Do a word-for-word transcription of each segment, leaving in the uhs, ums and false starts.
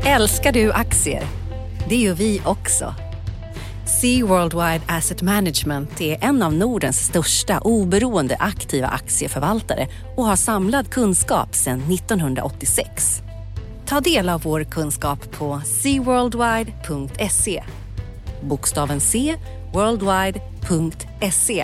Älskar du aktier? Det gör vi också. Sea Worldwide Asset Management är en av Nordens största oberoende aktiva aktieförvaltare och har samlad kunskap sedan nittonhundraåttiosex. Ta del av vår kunskap på sea worldwide punkt se. Bokstaven C, worldwide punkt se.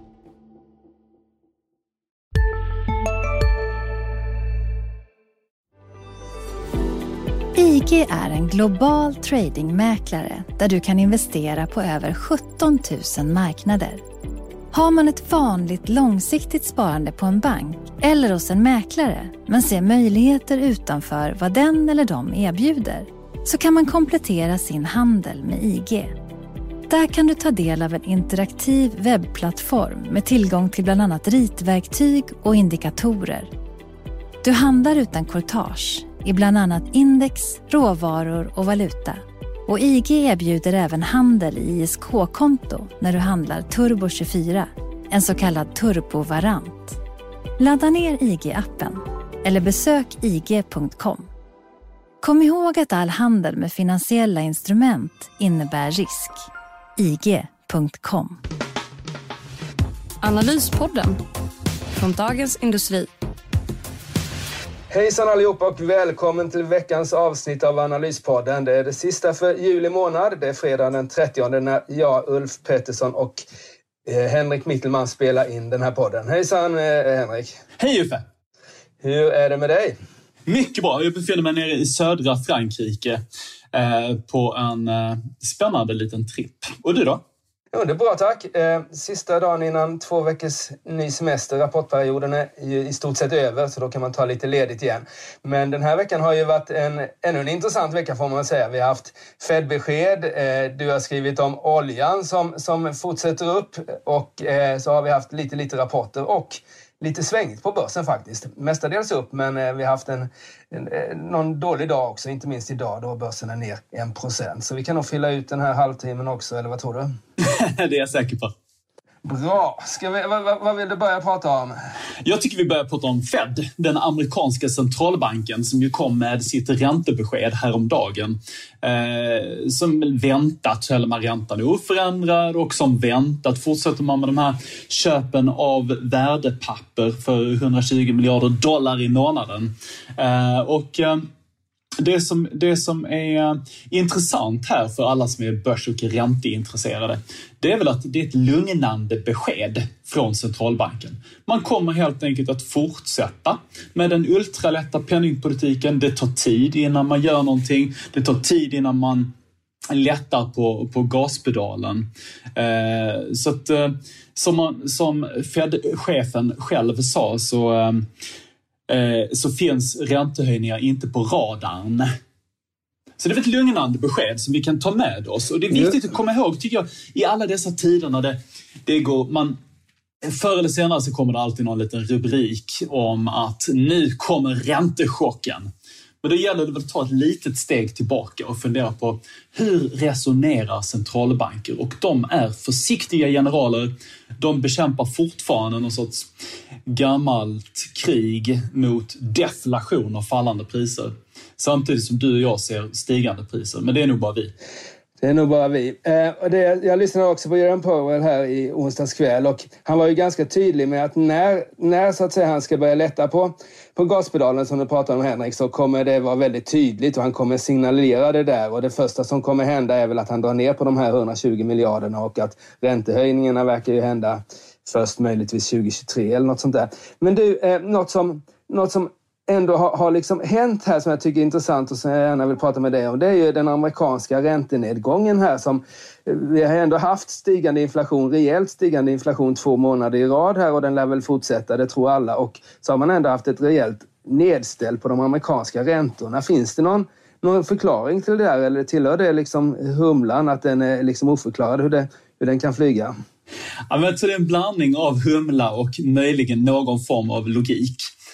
I G är en global tradingmäklare där du kan investera på över sjutton tusen marknader. Har man ett vanligt långsiktigt sparande på en bank eller hos en mäklare men ser möjligheter utanför vad den eller de erbjuder, så kan man komplettera sin handel med I G. Där kan du ta del av en interaktiv webbplattform med tillgång till bland annat ritverktyg och indikatorer. Du handlar utan courtage i bland annat index, råvaror och valuta. Och I G erbjuder även handel i I S K-konto när du handlar Turbo tjugofyra, en så kallad turbovarant. Ladda ner I G-appen eller besök i g punkt com. Kom ihåg att all handel med finansiella instrument innebär risk. I G punkt com. Analyspodden från Dagens Industri. Hejsan allihopa och välkommen till veckans avsnitt av Analyspodden. Det är det sista för juli månad. Det är fredag den trettionde när jag, Ulf Pettersson och eh, Henrik Mittelman spelar in den här podden. Hejsan eh, Henrik. Hej Uffe. Hur är det med dig? Mycket bra. Jag befinner mig nere i södra Frankrike eh, på en eh, spännande liten tripp. Och du då? Ja, det är bra, tack. Eh, sista dagen innan två veckors ny semester. Rapportperioden är ju i stort sett över, så då kan man ta lite ledigt igen. Men den här veckan har ju varit en, ännu en intressant vecka får man säga. Vi har haft Fed-besked. Eh, du har skrivit om oljan som, som fortsätter upp. Och eh, så har vi haft lite, lite rapporter och lite svängigt på börsen faktiskt. Mestadels upp, men eh, vi har haft en, en, någon dålig dag också. Inte minst idag då börsen är ner en procent. Så vi kan nog fylla ut den här halvtimmen också, eller vad tror du? Det är jag säker på. Bra. Ska vi, vad, vad vill du börja prata om? Jag tycker vi börjar prata om Fed, den amerikanska centralbanken som ju kom med sitt räntebesked häromdagen. Eh, som väntat höll man räntan oförändrad och som väntat fortsätter man med de här köpen av värdepapper för hundratjugo miljarder dollar i månaden. Eh, och... Eh, Det som, det som är intressant här för alla som är börs- och ränteintresserade, det är väl att det är ett lugnande besked från centralbanken. Man kommer helt enkelt att fortsätta med den ultralätta penningpolitiken. Det tar tid innan man gör någonting. Det tar tid innan man lättar på, på gaspedalen. Eh, så att eh, som, man, som Fed-chefen själv sa så... Eh, så finns räntehöjningar inte på radarn. Så det är ett lugnande besked som vi kan ta med oss. Och det är viktigt att komma ihåg, tycker jag, i alla dessa tider när det, det går... Man, förr eller senare så kommer det alltid någon liten rubrik om att nu kommer räntechocken. Men då gäller det väl att ta ett litet steg tillbaka och fundera på hur resonerar centralbanker? Och de är försiktiga generaler. De bekämpar fortfarande någon sorts gammalt krig mot deflation och fallande priser. Samtidigt som du och jag ser stigande priser. Men det är nog bara vi. Det är nog bara vi. Eh, och det, jag lyssnade också på Jerome Powell här i onsdags kväll och han var ju ganska tydlig med att när, när så att säga, han ska börja lätta på, på gaspedalen som du pratade om Henrik, så kommer det vara väldigt tydligt och han kommer signalera det där. Och det första som kommer hända är väl att han drar ner på de här hundratjugo miljarderna och att räntehöjningarna verkar ju hända först möjligtvis tjugohundratjugotre eller något sånt där. Men du, eh, något som... Något som ändå har, har liksom hänt här som jag tycker är intressant och som jag gärna vill prata med dig om, det är ju den amerikanska räntenedgången här som vi har ändå haft stigande inflation, rejält stigande inflation två månader i rad här och den lär väl fortsätta, det tror alla, och så har man ändå haft ett rejält nedställ på de amerikanska räntorna. Finns det någon, någon förklaring till det där eller tillhör det liksom humlan att den är liksom oförklarad hur, det, hur den kan flyga? Ja, men så det är en blandning av humla och möjligen någon form av logik.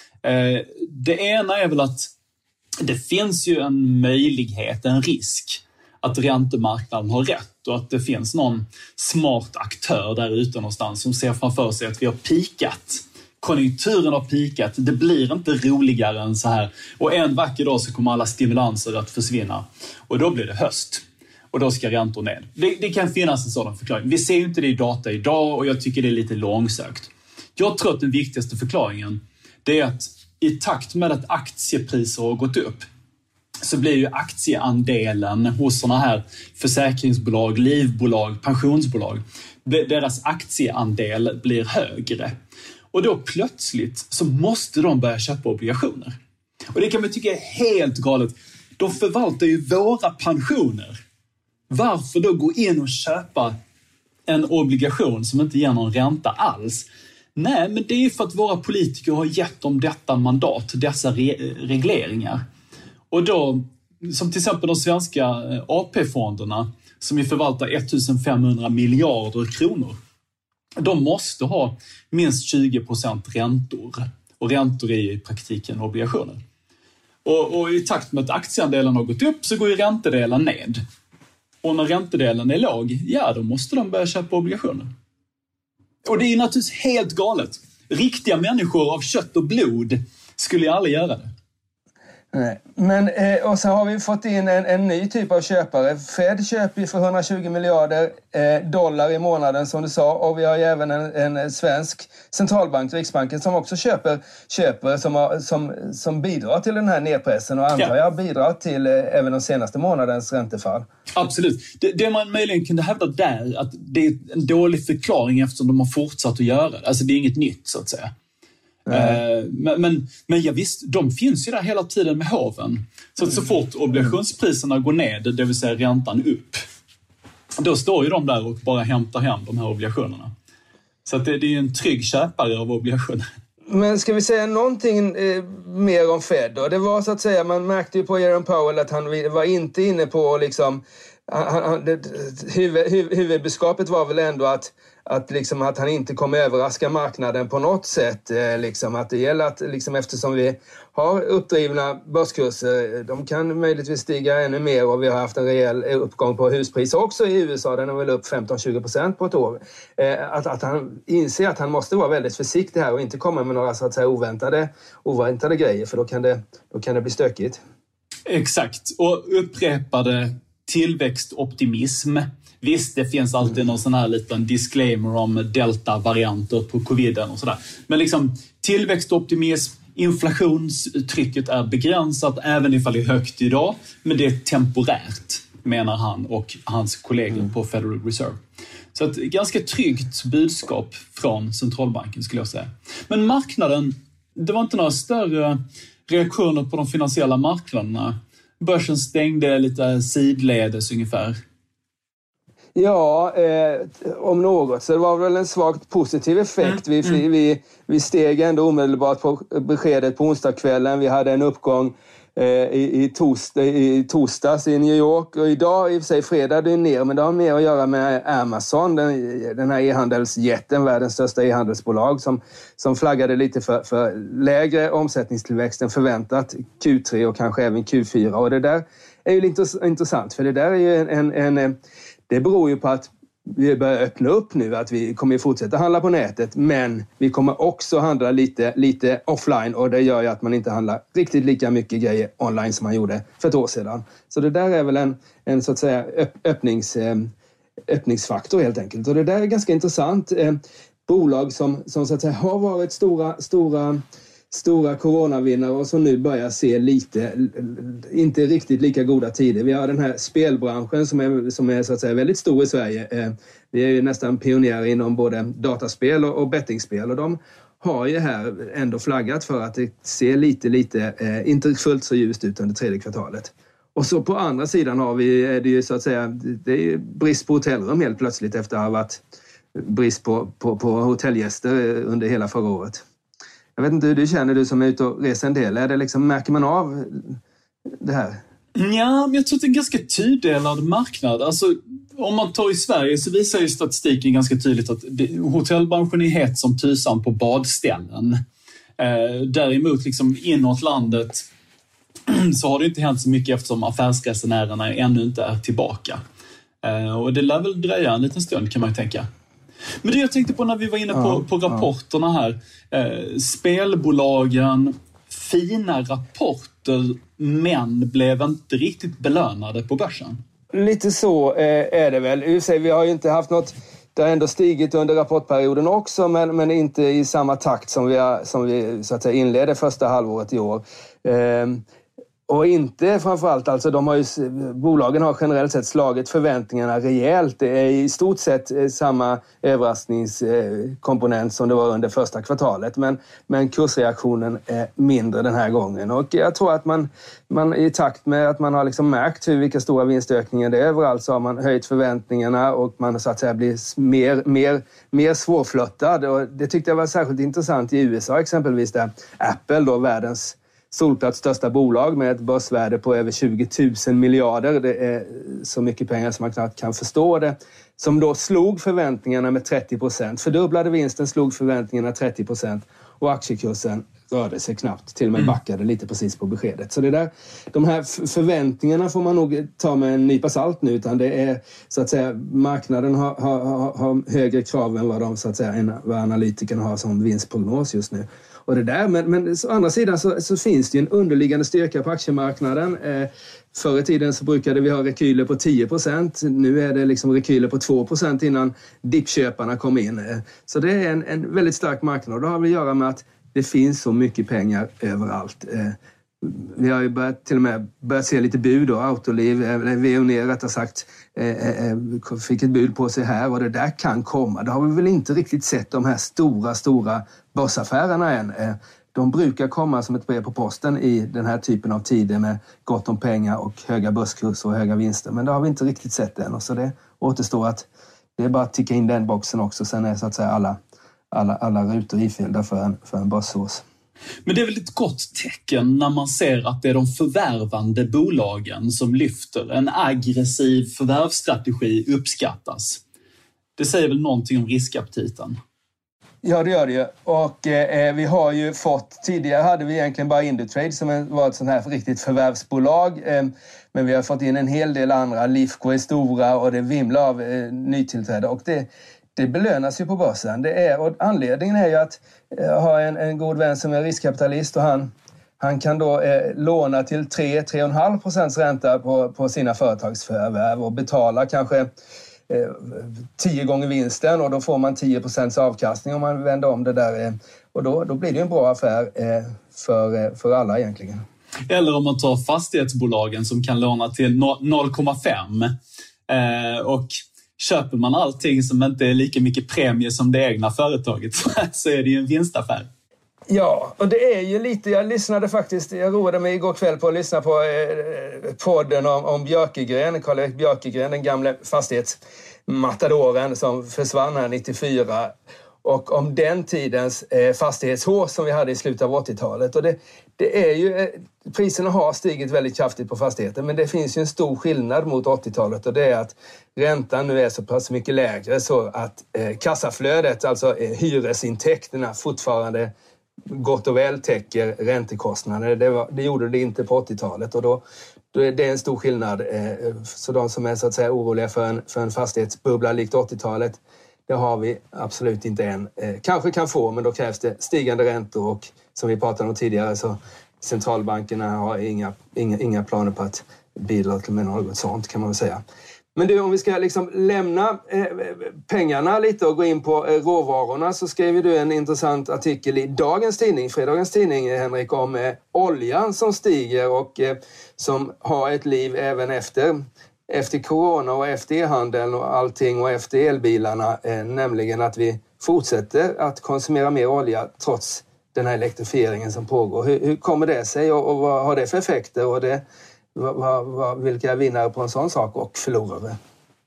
Det ena är väl att det finns ju en möjlighet, en risk att räntemarknaden har rätt och att det finns någon smart aktör där ute någonstans som ser framför sig att vi har pikat konjunkturen har pikat, det blir inte roligare än så här. Och en vacker dag så kommer alla stimulanser att försvinna. Och då blir det höst. Och då ska räntor ned. Det, det kan finnas en sådan förklaring. Vi ser ju inte det i data idag och jag tycker det är lite långsökt. Jag tror att den viktigaste förklaringen det är att i takt med att aktiepriser har gått upp så blir ju aktieandelen hos sådana här försäkringsbolag, livbolag, pensionsbolag, deras aktieandel blir högre. Och då plötsligt så måste de börja köpa obligationer. Och det kan man tycka är helt galet. De förvaltar ju våra pensioner. Varför då gå in och köpa en obligation som inte ger någon ränta alls? Nej, men det är för att våra politiker har gett dem detta mandat, dessa re- regleringar. Och då, som till exempel de svenska A P-fonderna som ju förvaltar ettusentfemhundra miljarder kronor. De måste ha minst tjugo procent räntor. Och räntor är ju i praktiken obligationer. Och, och i takt med att aktieandelen har gått upp så går ju räntedelen ned. Och när räntedelen är låg, ja då måste de börja köpa obligationer. Och det är naturligtvis helt galet. Riktiga människor av kött och blod skulle ju aldrig göra det. Nej. Men, eh, och så har vi fått in en, en ny typ av köpare. Fed köper ju för hundratjugo miljarder eh, dollar i månaden som du sa. Och vi har ju även en, en svensk centralbank, Riksbanken, som också köper, köper som, har, som, som bidrar till den här nedpressen och antar jag bidrar till eh, även de senaste månadens räntefall. Absolut. Det, det man möjligen kunde hävda där att det är en dålig förklaring eftersom de har fortsatt att göra det. Alltså det är inget nytt så att säga. Mm. Men, men, men ja, visst, de finns ju där hela tiden med hoven. Så att så fort obligationspriserna går ned, det vill säga räntan upp, då står ju de där och bara hämtar hem de här obligationerna. Så att det, det är ju en trygg köpare av obligationer. Men ska vi säga någonting eh, mer om Fed då? Det var så att säga, man märkte ju på Jerome Powell att han var inte inne på liksom, han, han, det, huvud, huvud, huvudbudskapet var väl ändå att Att, liksom, att han inte kommer överraska marknaden på något sätt. Eh, liksom, att det gäller att liksom, eftersom vi har uppdrivna börskurser, de kan möjligtvis stiga ännu mer och vi har haft en rejäl uppgång på huspriser också i U S A. Den är väl upp femton till tjugo procent på ett år. Eh, att, att han inser att han måste vara väldigt försiktig här och inte komma med några så att säga, oväntade, oväntade grejer för då kan, det, då kan det bli stökigt. Exakt, och upprepade tillväxtoptimism. Visst, det finns alltid någon sån här liten disclaimer om delta-varianter på coviden och sådär. Men liksom tillväxtoptimism, inflationstrycket är begränsat även ifall det är högt idag. Men det är temporärt, menar han och hans kollegor mm. på Federal Reserve. Så ett ganska tryggt budskap från centralbanken skulle jag säga. Men marknaden, det var inte några större reaktioner på de finansiella marknaderna. Börsen stängde lite sidledes ungefär. Ja, eh, om något. Så det var väl en svagt positiv effekt. Mm. Vi, vi, vi steg ändå omedelbart på beskedet på onsdagskvällen. Vi hade en uppgång eh, i, i, torsdag, i torsdags i New York. Och idag, i och för sig fredag, det är ner. Men det har mer att göra med Amazon, den, den här e-handelsjätten, världens största e-handelsbolag, som, som flaggade lite för, för lägre omsättningstillväxt än förväntat Q tre och kanske även Q fyra. Och det där är ju lite intressant, för det där är ju en... en, en det beror ju på att vi börjar öppna upp nu, att vi kommer fortsätta handla på nätet, men vi kommer också handla lite, lite offline och det gör ju att man inte handlar riktigt lika mycket grejer online som man gjorde för ett år sedan. Så det där är väl en, en så att säga öppnings, öppningsfaktor helt enkelt. Och det där är ganska intressant. Bolag som, som så att säga har varit stora, stora stora coronavinnare och som nu börjar se lite, inte riktigt lika goda tider. Vi har den här spelbranschen som är, som är så att säga väldigt stor i Sverige. Vi är ju nästan pionjärer inom både dataspel och bettingspel och de har ju här ändå flaggat för att det ser lite, lite, inte fullt så ljust ut under tredje kvartalet. Och så på andra sidan har vi, är det ju så att säga, det är brist på hotellrum helt plötsligt efter att ha varit brist på, på, på hotellgäster under hela förra året. Jag vet inte hur du känner, du som är ute och reser en del. Är det liksom, märker man av det här? Ja, men jag tror att det är en ganska tudelad marknad. Alltså, om man tar i Sverige så visar ju statistiken ganska tydligt att det, hotellbranschen är het som tusan på badställen. Eh, däremot liksom inåt landet så har det inte hänt så mycket eftersom affärsresenärerna ännu inte är tillbaka. Eh, och det lär väl dröja en liten stund kan man ju tänka. Men det jag tänkte på när vi var inne på, ja, på rapporterna här. Eh, spelbolagen, fina rapporter, men blev inte riktigt belönade på börsen. Lite så eh, är det väl. Vi har ju inte haft något, det har ändå stigit under rapportperioden också, men, men inte i samma takt som vi, har, som vi så att säga, inledde första halvåret i år. Eh, Och inte framförallt, alltså de har ju, bolagen har generellt sett slagit förväntningarna rejält. Det är i stort sett samma överraskningskomponent som det var under första kvartalet. Men, men kursreaktionen är mindre den här gången. Och jag tror att man, man i takt med att man har liksom märkt hur, vilka stora vinstökningar det är överallt, så har man höjt förväntningarna och man så att säga blir mer, mer, mer svårflöttad. Och det tyckte jag var särskilt intressant i U S A exempelvis, där Apple, då världens solklart största bolag med ett börsvärde på över tjugo tusen miljarder. Det är så mycket pengar som man knappt kan förstå det. Som då slog förväntningarna med trettio procent. Fördubblade vinsten, slog förväntningarna trettio procent. Och aktiekursen rörde sig knappt. Till och med backade lite precis på beskedet. Så det där, de här förväntningarna får man nog ta med en nypa salt nu. Utan det är så att säga, marknaden har, har, har högre krav än vad, de, så att säga, än vad analytikerna har som vinstprognos just nu. Och det där, men, men å andra sidan så, så finns det en underliggande styrka på aktiemarknaden. Eh, förr i tiden så brukade vi ha rekyler på tio procent. Nu är det liksom rekyler på två procent innan dippköparna kom in. Eh, så det är en, en väldigt stark marknad. Och det har väl att göra med att det finns så mycket pengar överallt. Eh, vi har ju börjat, till och med börjat se lite bud och Autoliv, eh, Veoneer rättare sagt, eh, eh, fick ett bud på sig här, och det där kan komma. Det har vi väl inte riktigt sett, de här stora, stora börsaffärerna än. De brukar komma som ett brev på posten i den här typen av tider med gott om pengar och höga börskurser och höga vinster. Men det har vi inte riktigt sett än. Och så det återstår att det är bara att ticka in den boxen också. Sen är så att säga alla, alla, alla rutor ifyllda för en, för en börsås. Men det är väl ett gott tecken när man ser att det är de förvärvande bolagen som lyfter. En aggressiv förvärvsstrategi uppskattas. Det säger väl någonting om riskaptiten? Ja, det gör det ju. Och eh, vi har ju fått, tidigare hade vi egentligen bara Indutrade som var ett sånt här riktigt förvärvsbolag. Eh, men vi har fått in en hel del andra. Lifco är stora och det vimlar av eh, nytillträdda. Och det, det belönas ju på börsen. Det är, och anledningen är ju att jag eh, har en, en god vän som är riskkapitalist, och han, han kan då eh, låna till tre till tre komma fem procents ränta på, på sina företagsförvärv och betala kanske tio gånger vinsten, och då får man tio procents avkastning om man vänder om det där, och då, då blir det en bra affär för, för alla egentligen. Eller om man tar fastighetsbolagen som kan låna till noll komma fem och köper man allting som inte är lika mycket premie som det egna företaget, så är det ju en vinstaffär. Ja, och det är ju lite, jag lyssnade faktiskt, jag roade mig igår kväll på att lyssna på eh, podden om, om Björkegren, Karl-Erik Björkegren, den gamla fastighetsmatadoren som försvann här nittiofyra, och om den tidens eh, fastighetshår som vi hade i slutet av åttiotalet. Och det, det är ju, eh, priserna har stigit väldigt kraftigt på fastigheter, men det finns ju en stor skillnad mot åttiotalet, och det är att räntan nu är så pass mycket lägre så att eh, kassaflödet, alltså eh, hyresintäkterna fortfarande gott och väl täcker räntekostnader. Det, var, det gjorde det inte på åttiotalet, och då, då är det en stor skillnad. Så de som är så att säga oroliga för en, för en fastighetsbubbla likt åttiotalet, det har vi absolut inte än. Kanske kan få, men då krävs det stigande räntor, och som vi pratade om tidigare så centralbankerna har inga, inga, inga planer på att bidra med något sånt, kan man väl säga. Men du, om vi ska liksom lämna eh, pengarna lite och gå in på eh, råvarorna, så skrev du en intressant artikel i dagens tidning, fredagens tidning, Henrik, om eh, oljan som stiger och eh, som har ett liv även efter, efter corona och efter e-handeln och allting och efter elbilarna, eh, nämligen att vi fortsätter att konsumera mer olja trots den här elektrifieringen som pågår. Hur, hur kommer det sig, och, och vad har det för effekter, och det Va, va, vilka är vinnare på en sån sak och förlorare?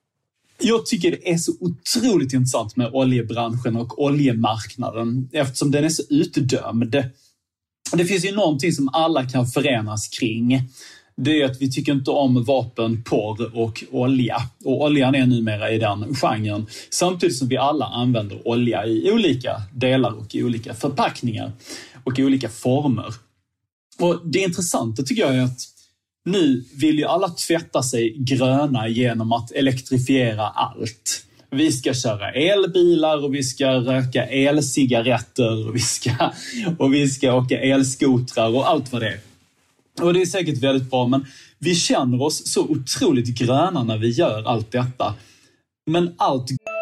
Jag tycker det är så otroligt intressant med oljebranschen och oljemarknaden, eftersom den är så utdömd. Det finns ju någonting som alla kan förenas kring. Det är att vi tycker inte om vapen, porr och olja. Och oljan är numera i den genren. Samtidigt som vi alla använder olja i olika delar och i olika förpackningar och i olika former. Och det intressanta tycker jag är att nu vill ju alla tvätta sig gröna genom att elektrifiera allt. Vi ska köra elbilar och vi ska röka elcigaretter och vi ska, och vi ska åka elskotrar och allt vad det är. Och det är säkert väldigt bra, men vi känner oss så otroligt gröna när vi gör allt detta. Men allt...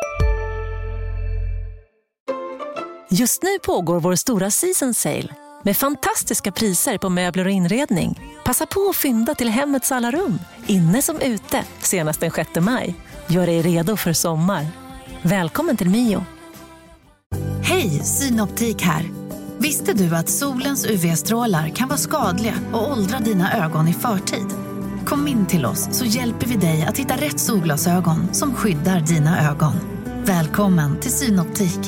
Just nu pågår vår stora season sale med fantastiska priser på möbler och inredning. Passa på att fynda till hemmets alla rum, inne som ute, senast den sjätte maj. Gör dig redo för sommar. Välkommen till Mio. Hej, Synoptik här. Visste du att solens U V-strålar kan vara skadliga och åldra dina ögon i förtid? Kom in till oss så hjälper vi dig att hitta rätt solglasögon som skyddar dina ögon. Välkommen till Synoptik.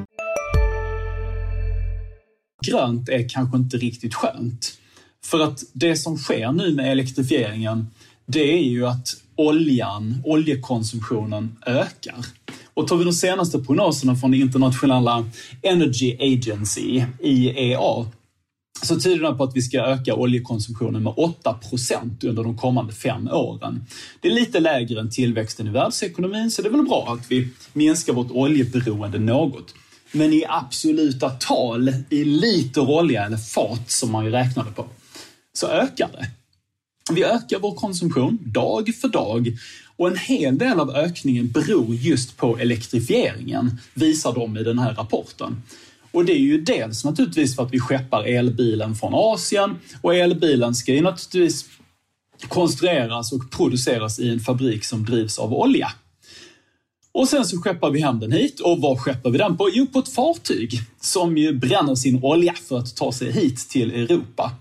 Grönt är kanske inte riktigt skönt. För att det som sker nu med elektrifieringen, det är ju att oljan, oljekonsumtionen ökar. Och tar vi de senaste prognoserna från det internationella Energy Agency, I E A, så tyder det på att vi ska öka oljekonsumtionen med åtta procent under de kommande fem åren. Det är lite lägre än tillväxten i världsekonomin, så det är väl bra att vi minskar vårt oljeberoende något. Men i absoluta tal, i liter olja eller fat som man ju räknade på, så ökar det. Vi ökar vår konsumtion dag för dag och en hel del av ökningen beror just på elektrifieringen, visar de i den här rapporten. Och det är ju dels naturligtvis för att vi skeppar elbilen från Asien, och elbilen ska ju naturligtvis konstrueras och produceras i en fabrik som drivs av olja. Och sen så skeppar vi hem den hit, och vad skeppar vi den på? Jo, på ett fartyg som ju bränner sin olja för att ta sig hit till Europa.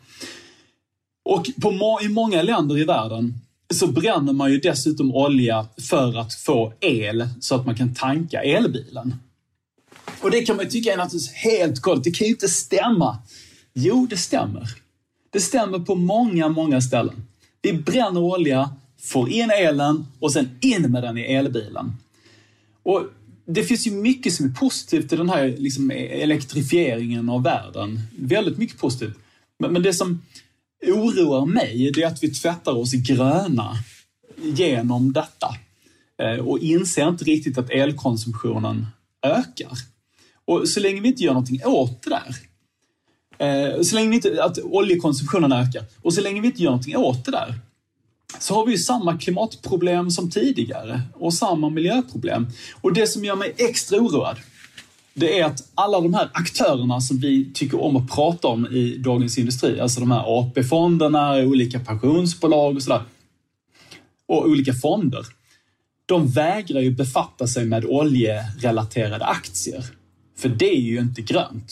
Och på må- i många länder i världen så bränner man ju dessutom olja för att få el så att man kan tanka elbilen. Och det kan man ju tycka är naturligtvis helt kollt. Det kan ju inte stämma. Jo, det stämmer. Det stämmer på många, många ställen. Vi bränner olja, får in elen och sen in med den i elbilen. Och det finns ju mycket som är positivt i den här liksom, elektrifieringen av världen. Väldigt mycket positivt. Men, men det som oroar mig, det är att vi tvättar oss gröna genom detta. Eh, och inser inte riktigt att elkonsumtionen ökar. Och så länge vi inte gör någonting åt det där, eh, så länge vi inte, att oljekonsumtionen ökar, och så länge vi inte gör någonting åt det där, så har vi ju samma klimatproblem som tidigare och samma miljöproblem. Och det som gör mig extra oroad, det är att alla de här aktörerna som vi tycker om att prata om i Dagens Industri, alltså de här A P-fonderna, olika pensionsbolag och sådär, och olika fonder, de vägrar ju befatta sig med oljerelaterade aktier. För det är ju inte grönt.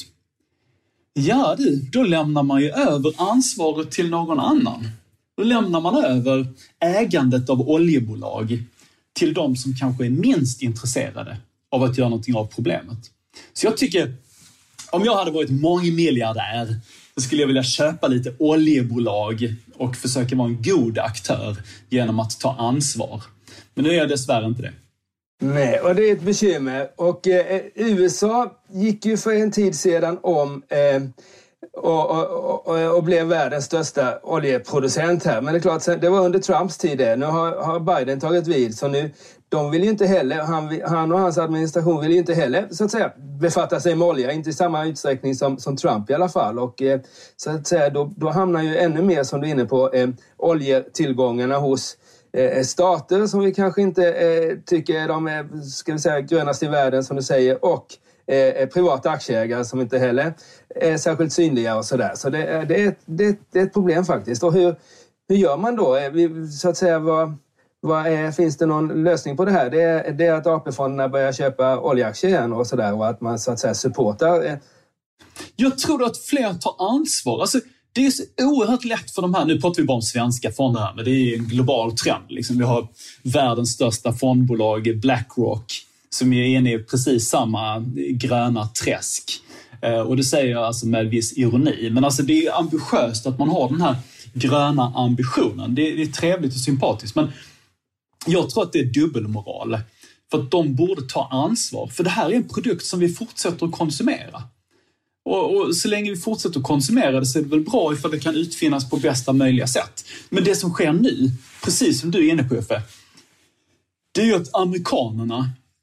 Ja du, då lämnar man ju över ansvaret till någon annan. Då lämnar man över ägandet av oljebolag till de som kanske är minst intresserade av att göra någonting av problemet. Så jag tycker, om jag hade varit mångmiljardär, så skulle jag vilja köpa lite oljebolag och försöka vara en god aktör genom att ta ansvar. Men nu är jag dessvärre inte det. Nej, och det är ett bekymmer. Och eh, U S A gick ju för en tid sedan om eh, och, och, och, och blev världens största oljeproducent här. Men det är klart, det var under Trumps tid det. Nu har, har Biden tagit vid, så nu, de vill ju inte heller, han, han och hans administration vill ju inte heller, så att säga, befatta sig med olja, inte i samma utsträckning som, som Trump i alla fall. Och eh, så att säga, då, då hamnar ju ännu mer, som du är inne på, eh, oljetillgångarna hos eh, stater som vi kanske inte eh, tycker de är, ska vi säga, grönast i världen, som du säger, och eh, privata aktieägare som inte heller är särskilt synliga och sådär. Så det är, det, är, det, är, det är ett problem faktiskt. Och hur, hur gör man då? Vi, så att säga, vad, vad är, finns det någon lösning på det här? Det är, det är att A P-fonderna börjar köpa oljeaktier igen och sådär, och att man så att säga supportar. Jag tror att fler tar ansvar. Alltså, det är så oerhört lätt för de här, nu pratar vi bara om svenska fonder här, men det är en global trend. Liksom, vi har världens största fondbolag, BlackRock, som är inne i precis samma gröna träsk. Eh, och det säger jag alltså med viss ironi. Men alltså det är ambitiöst att man har den här gröna ambitionen. Det är, det är trevligt och sympatiskt. Men jag tror att det är dubbelmoral. För att de borde ta ansvar. För det här är en produkt som vi fortsätter att konsumera. Och, och så länge vi fortsätter att konsumera det, så är det väl bra ifall det kan utfinnas på bästa möjliga sätt. Men det som sker nu, precis som du är inne på, Uffe, det är ju att amerikanerna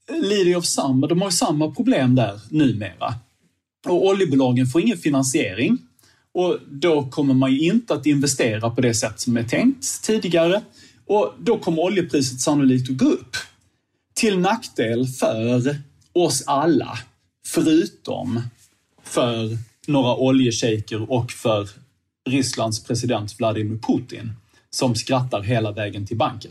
lider ju av samma, de har ju samma problem där numera. Och oljebolagen får ingen finansiering. Och då kommer man ju inte att investera på det sätt som är tänkt tidigare. Och då kommer oljepriset sannolikt att gå upp. Till nackdel för oss alla. Förutom för några oljeshejker och för Rysslands president Vladimir Putin. Som skrattar hela vägen till banken.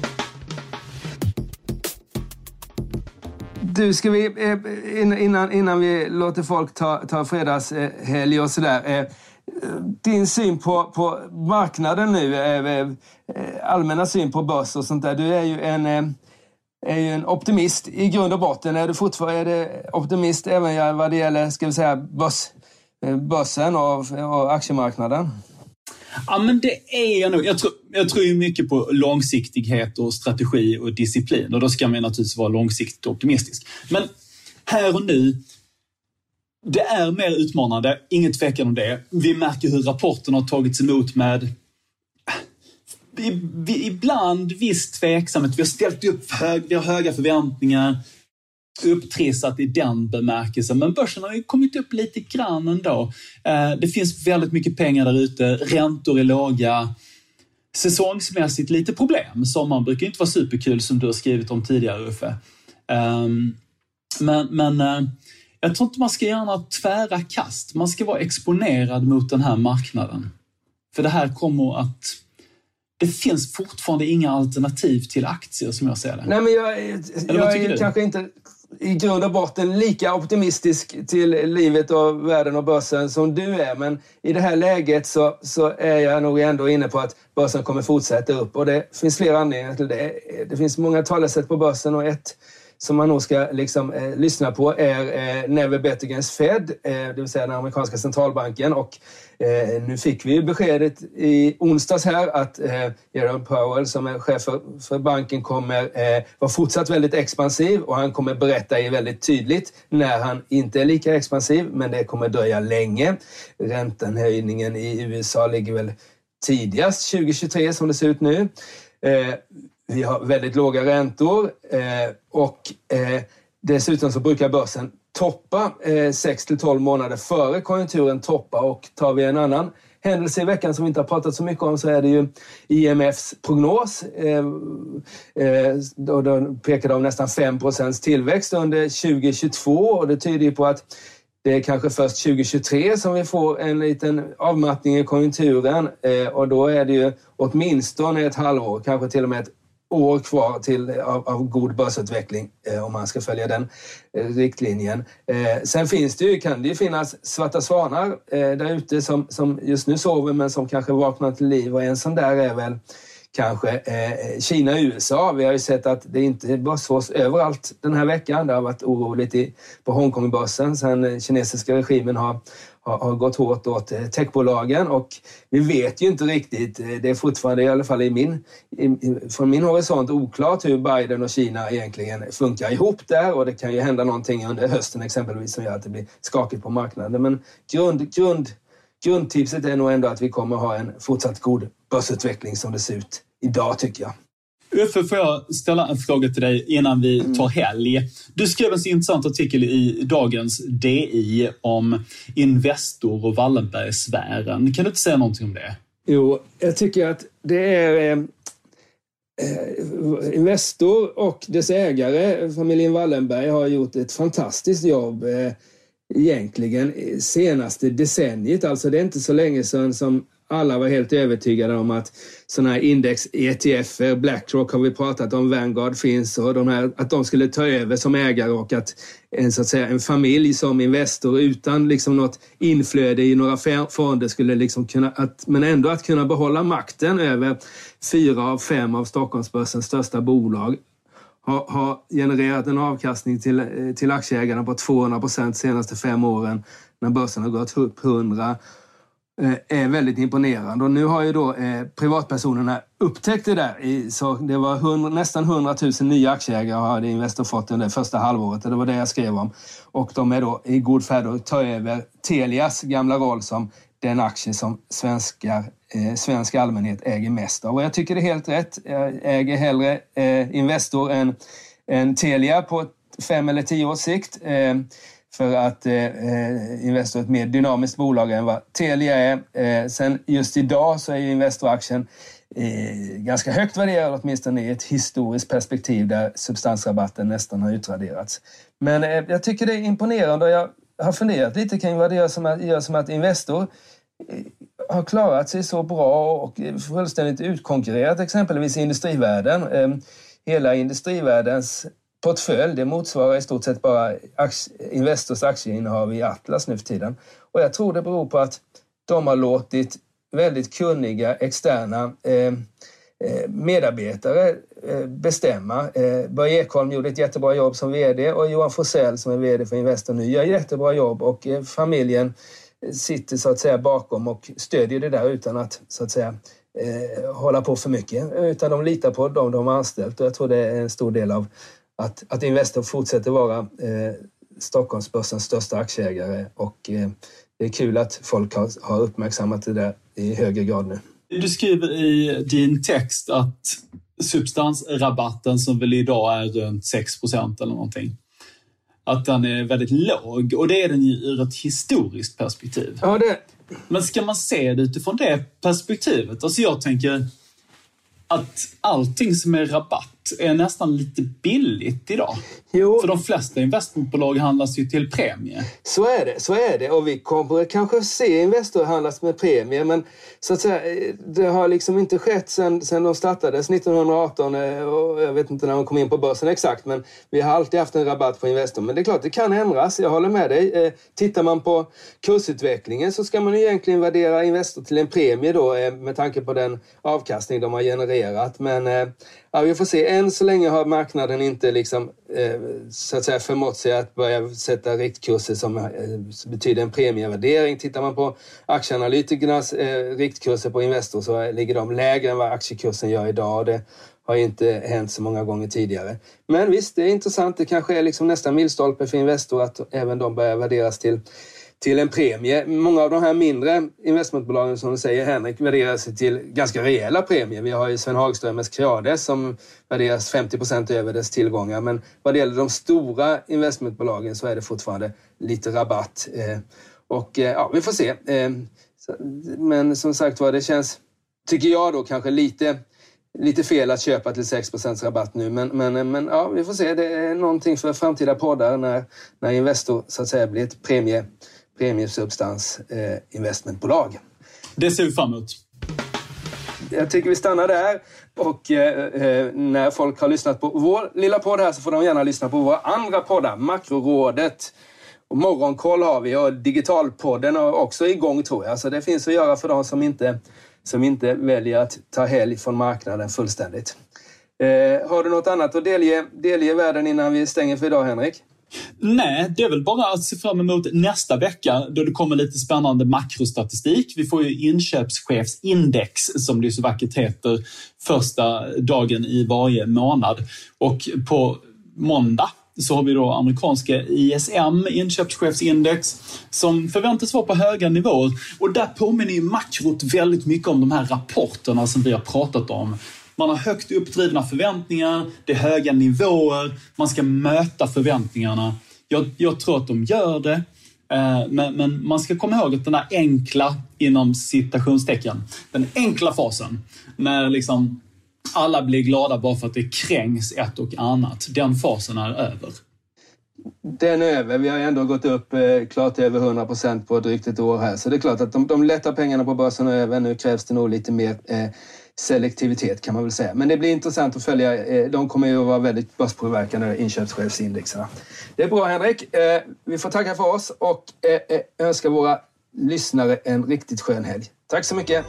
Du, ska vi, innan, innan vi låter folk ta, ta fredagshelg och sådär. Din syn på, på marknaden nu, allmänna syn på börs och sånt där. Du är ju en, är ju en optimist i grund och botten. Är du fortfarande optimist även vad det gäller, ska vi säga, börs, börsen och, och aktiemarknaden? Ja, men det är jag nog. Jag tror, jag tror ju mycket på långsiktighet och strategi och disciplin. Och då ska man naturligtvis vara långsiktigt optimistisk. Men här och nu, det är mer utmanande. Inget tvekan om det. Vi märker hur rapporten har tagits emot med ibland viss tveksamhet. Vi har ställt upp hög, vi har höga förväntningar. Upptrissat i den bemärkelsen. Men börsen har ju kommit upp lite grann ändå. Det finns väldigt mycket pengar där ute. Räntor är låga. Säsongsmässigt lite problem. Sommaren brukar inte vara superkul som du har skrivit om tidigare, Uffe. Men, men jag tror inte man ska göra några tvära kast. Man ska vara exponerad mot den här marknaden. För det här kommer att... Det finns fortfarande inga alternativ till aktier som jag ser det. Nej, men jag, jag är kanske inte i grund och botten lika optimistisk till livet och världen och börsen som du är. Men i det här läget så, så är jag nog ändå inne på att börsen kommer fortsätta upp. Och det finns flera anledningar till det. Det finns många talesätt på börsen och ett som man nog ska liksom, eh, lyssna på är eh, Never Bet Against Fed, eh, det vill säga den amerikanska centralbanken. Och eh, nu fick vi beskedet i onsdags här att eh, Jerome Powell som är chef för, för banken kommer eh, vara fortsatt väldigt expansiv, och han kommer berätta i väldigt tydligt när han inte är lika expansiv, men det kommer dröja länge. Räntenhöjningen i U S A ligger väl tidigast tjugo tjugotre som det ser ut nu. Eh, Vi har väldigt låga räntor eh, och eh, dessutom så brukar börsen toppa eh, sex till tolv månader före konjunkturen toppa. Och tar vi en annan händelse i veckan som vi inte har pratat så mycket om, så är det ju I M F:s prognos. Eh, eh, då, då pekar de nästan fem procent tillväxt under tjugo tjugotvå, och det tyder ju på att det är kanske först tjugo tjugotre som vi får en liten avmattning i konjunkturen, eh, och då är det ju åtminstone ett halvår, kanske till och med ett år kvar till, av, av god börsutveckling eh, om man ska följa den eh, riktlinjen. Eh, sen finns det ju, kan det ju finnas svarta svanar eh, där ute som, som just nu sover men som kanske vaknar till liv, och en sån där är väl kanske eh, Kina och U S A. Vi har ju sett att det inte är börsfors överallt den här veckan. Det har varit oroligt i, på Hongkongbörsen sen den kinesiska regimen har har gått hårt åt techbolagen, och vi vet ju inte riktigt, det är fortfarande i alla fall i min, i, från min horisont oklart hur Biden och Kina egentligen funkar ihop där, och det kan ju hända någonting under hösten exempelvis som gör att det blir skakigt på marknaden. Men grund, grund, grundtipset är nog ändå att vi kommer ha en fortsatt god börsutveckling som det ser ut idag, tycker jag. Uffe, får jag ställa en fråga till dig innan vi tar helg? Du skrev en så intressant artikel i dagens D I om Investor och Wallenbergsfären. Kan du inte säga någonting om det? Jo, jag tycker att det är eh, Investor och dess ägare, familjen Wallenberg, har gjort ett fantastiskt jobb eh, egentligen senaste decenniet. Alltså det är inte så länge sedan som alla var helt övertygade om att sådana här index-E T F, BlackRock har vi pratat om, Vanguard finns, och de här, att de skulle ta över som ägare, och att en, så att säga, en familj som Investor utan liksom något inflöde i några fonder skulle liksom kunna, att, men ändå att kunna behålla makten över fyra av fem av Stockholmsbörsens största bolag, har, har genererat en avkastning till, till aktieägarna på tvåhundra procent de senaste fem åren när börsen har gått upp hundra, är väldigt imponerande. Och nu har ju då eh, privatpersonerna upptäckt det där. I, så det var hundra, nästan hundratusen nya aktieägare hade Investor fått under det första halvåret. Och det var det jag skrev om. Och de är då i god färd att ta över Telias gamla roll som den aktie som svenskar, eh, svensk allmänhet äger mest av. Och jag tycker det är helt rätt. Jag äger hellre eh, Investor än, än Telia på fem eller tio års sikt. Eh, för att eh, Investor är ett mer dynamiskt bolag än vad Telia är. Eh, sen just idag så är ju Investor-aktien eh, ganska högt värderad, åtminstone i ett historiskt perspektiv där substansrabatten nästan har utraderats. Men eh, jag tycker det är imponerande och jag har funderat lite kring vad det gör som att, gör som att Investor eh, har klarat sig så bra och fullständigt utkonkurrerat exempelvis i industrivärlden. Eh, hela industrivärldens portfölj, det motsvarar i stort sett bara aktie, Investors aktieinnehav i Atlas nu för tiden. Och jag tror det beror på att de har låtit väldigt kunniga externa eh, medarbetare eh, bestämma. Eh, Börje Ekholm gjorde ett jättebra jobb som vd och Johan Forsell som är vd för Investor nu gör jättebra jobb och eh, familjen sitter så att säga bakom och stödjer det där utan att så att säga eh, hålla på för mycket. Utan de litar på dem de har anställt och jag tror det är en stor del av Att, att Investor fortsätter vara eh, Stockholmsbörsens största aktieägare och eh, det är kul att folk har, har uppmärksammat det där i högre grad nu. Du skriver i din text att substansrabatten som väl idag är runt sex procent eller någonting, att den är väldigt låg och det är den ju ur ett historiskt perspektiv. Ja, det... Men ska man se det utifrån det perspektivet? Alltså jag tänker att allting som är rabatt är nästan lite billigt idag. Jo. För de flesta investmentbolag handlas ju till premie. Så är det, så är det. Och vi kommer kanske se Investor handlas med premie. Men så att säga, det har liksom inte skett sedan, sedan de startades nittonhundraarton. Och jag vet inte när de kom in på börsen exakt. Men vi har alltid haft en rabatt på Investor. Men det är klart, det kan ändras. Jag håller med dig. Tittar man på kursutvecklingen så ska man egentligen värdera Investor till en premie då. Med tanke på den avkastning de har genererat. Men ja, vi får se. Än så länge har marknaden inte liksom, eh, så att säga förmått sig att börja sätta riktkurser som eh, betyder en premievärdering. Tittar man på aktieanalytikernas eh, riktkurser på Investor så ligger de lägre än vad aktiekursen gör idag. Det har inte hänt så många gånger tidigare. Men visst, det är intressant. Det kanske är liksom nästa milstolpe för Investor att även de börjar värderas till till en premie. Många av de här mindre investmentbolagen som du säger, Henrik, värderar sig till ganska rejäla premier. Vi har ju Sven Hagströms Creades som värderas femtio procent över dess tillgångar. Men vad det gäller de stora investmentbolagen så är det fortfarande lite rabatt. Och ja, vi får se. Men som sagt var, det känns, tycker jag då, kanske lite, lite fel att köpa till sex procent rabatt nu. Men, men, men ja, vi får se. Det är någonting för framtida poddar när, när Investor så att säga blir ett premie premiesubstans eh, investmentbolag. Det ser vi fram emot. Jag tycker vi stannar där och eh, när folk har lyssnat på vår lilla podd här så får de gärna lyssna på våra andra poddar. Makrorådet och Morgonkoll har vi och Digitalpodden är också igång tror jag. Så det finns att göra för de som inte, som inte väljer att ta helg från marknaden fullständigt. Eh, har du något annat att delge, delge världen innan vi stänger för idag, Henrik? Nej, det är väl bara att se fram emot nästa vecka då det kommer lite spännande makrostatistik. Vi får ju inköpschefsindex som det så vackert heter första dagen i varje månad. Och på måndag så har vi då amerikanska I S M, inköpschefsindex, som förväntas vara på höga nivåer. Och där påminner ju makrot väldigt mycket om de här rapporterna som vi har pratat om. Man har högt uppdrivna förväntningar, det är höga nivåer, man ska möta förväntningarna. Jag, jag tror att de gör det, eh, men, men man ska komma ihåg att den här enkla, inom citationstecken, den enkla fasen, när liksom alla blir glada bara för att det kränks ett och annat, den fasen är över. Den är över. Vi har ändå gått upp eh, klart över hundra procent på drygt ett år här. Så det är klart att de, de lätta pengarna på börsen är över. Nu krävs det nog lite mer eh, selektivitet kan man väl säga. Men det blir intressant att följa. Eh, de kommer ju att vara väldigt börspåverkande inköpschefsindexerna. Det är bra, Henrik. Eh, vi får tacka för oss och eh, önska våra lyssnare en riktigt skön helg. Tack så mycket.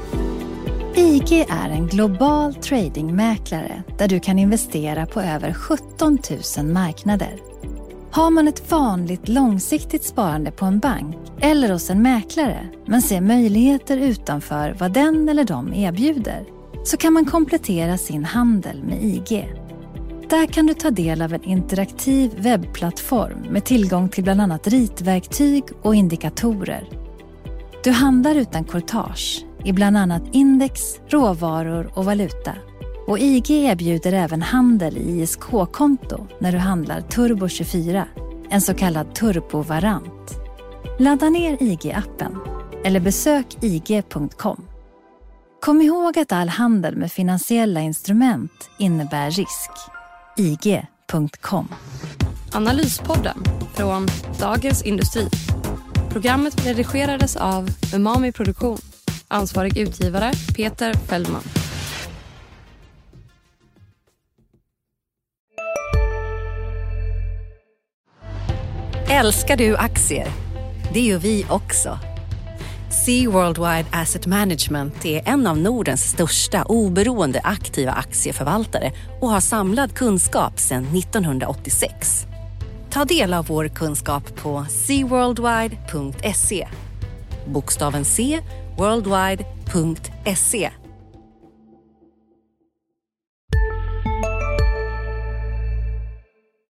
I G är en global tradingmäklare där du kan investera på över sjutton tusen marknader. Har man ett vanligt långsiktigt sparande på en bank eller hos en mäklare men ser möjligheter utanför vad den eller de erbjuder, så kan man komplettera sin handel med I G. Där kan du ta del av en interaktiv webbplattform med tillgång till bland annat ritverktyg och indikatorer. Du handlar utan courtage i bland annat index, råvaror och valuta. Och I G erbjuder även handel i I S K-konto när du handlar Turbo tjugofyra, en så kallad turbovarant. Ladda ner I G-appen eller besök I G punkt com. Kom ihåg att all handel med finansiella instrument innebär risk. I G punkt com. Analyspodden från Dagens Industri. Programmet redigerades av Umami Produktion. Ansvarig utgivare Peter Fällman. Älskar du aktier? Det gör vi också. Sea Worldwide Asset Management är en av Nordens största oberoende aktiva aktieförvaltare och har samlad kunskap sedan nittonhundraåttiosex. Ta del av vår kunskap på sea worldwide punkt se. Bokstaven C, worldwide punkt se.